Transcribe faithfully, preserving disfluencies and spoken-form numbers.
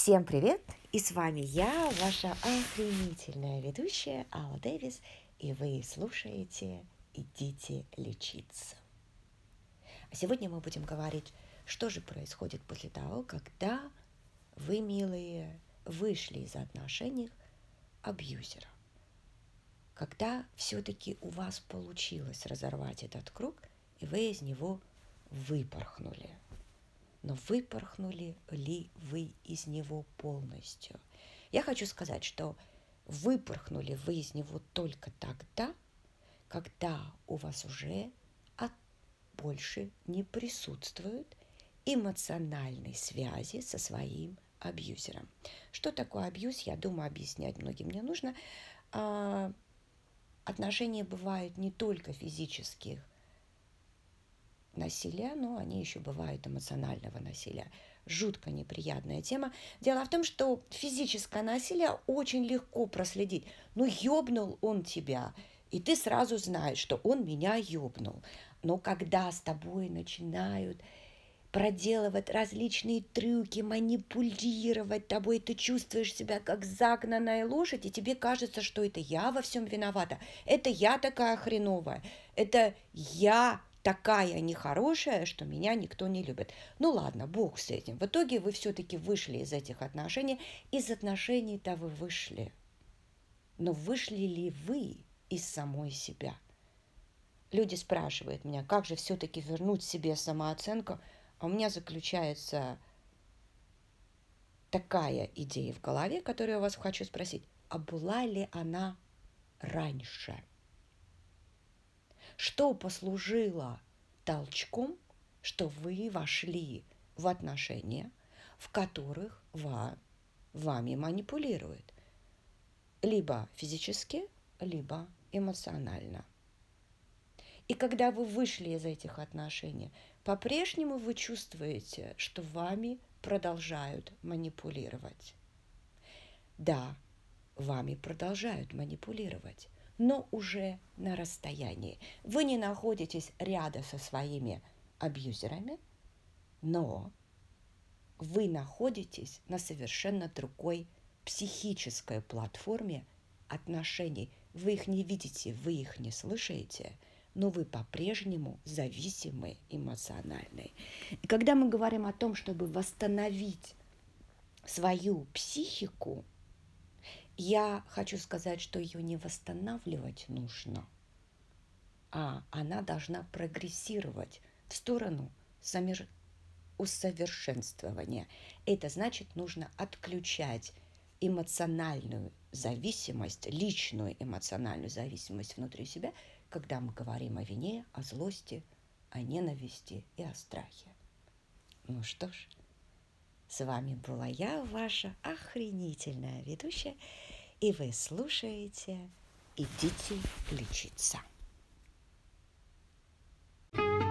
Всем привет! И с вами я, ваша охренительная ведущая Алла Дэвис, и вы слушаете «Идите лечиться». А сегодня мы будем говорить, что же происходит после того, когда вы, милые, вышли из отношений абьюзера. Когда все-таки у вас получилось разорвать этот круг, и вы из него выпорхнули. Но выпорхнули ли вы из него полностью? Я хочу сказать, что выпорхнули вы из него только тогда, когда у вас уже от больше не присутствует эмоциональной связи со своим абьюзером. Что такое абьюз, я думаю, объяснять многим не нужно. А, отношения бывают не только физических насилия, но они еще бывают эмоционального насилия. Жутко неприятная тема. Дело в том, что физическое насилие очень легко проследить. Ну, ёбнул он тебя, и ты сразу знаешь, что он меня ёбнул. Но когда с тобой начинают проделывать различные трюки, манипулировать тобой, ты чувствуешь себя как загнанная лошадь, и тебе кажется, что это я во всем виновата, это я такая хреновая, это я такая нехорошая, что меня никто не любит. Ну ладно, бог с этим. В итоге вы все-таки вышли из этих отношений. Из отношений-то вы вышли. Но вышли ли вы из самой себя? Люди спрашивают меня, как же все-таки вернуть себе самооценку. А у меня заключается такая идея в голове, которую я вас хочу спросить. А была ли она раньше? Что послужило толчком, что вы вошли в отношения, в которых ва, вами манипулируют? Либо физически, либо эмоционально. И когда вы вышли из этих отношений, по-прежнему вы чувствуете, что вами продолжают манипулировать. Да, вами продолжают манипулировать, но уже на расстоянии. Вы не находитесь рядом со своими абьюзерами, но вы находитесь на совершенно другой психической платформе отношений. Вы их не видите, вы их не слышите, но вы по-прежнему зависимы эмоционально. И когда мы говорим о том, чтобы восстановить свою психику, я хочу сказать, что ее не восстанавливать нужно, а она должна прогрессировать в сторону усовершенствования. Это значит, нужно отключать эмоциональную зависимость, личную эмоциональную зависимость внутри себя, когда мы говорим о вине, о злости, о ненависти и о страхе. Ну что ж, с вами была я, ваша охренительная ведущая, и вы слушаете «Идите лечиться».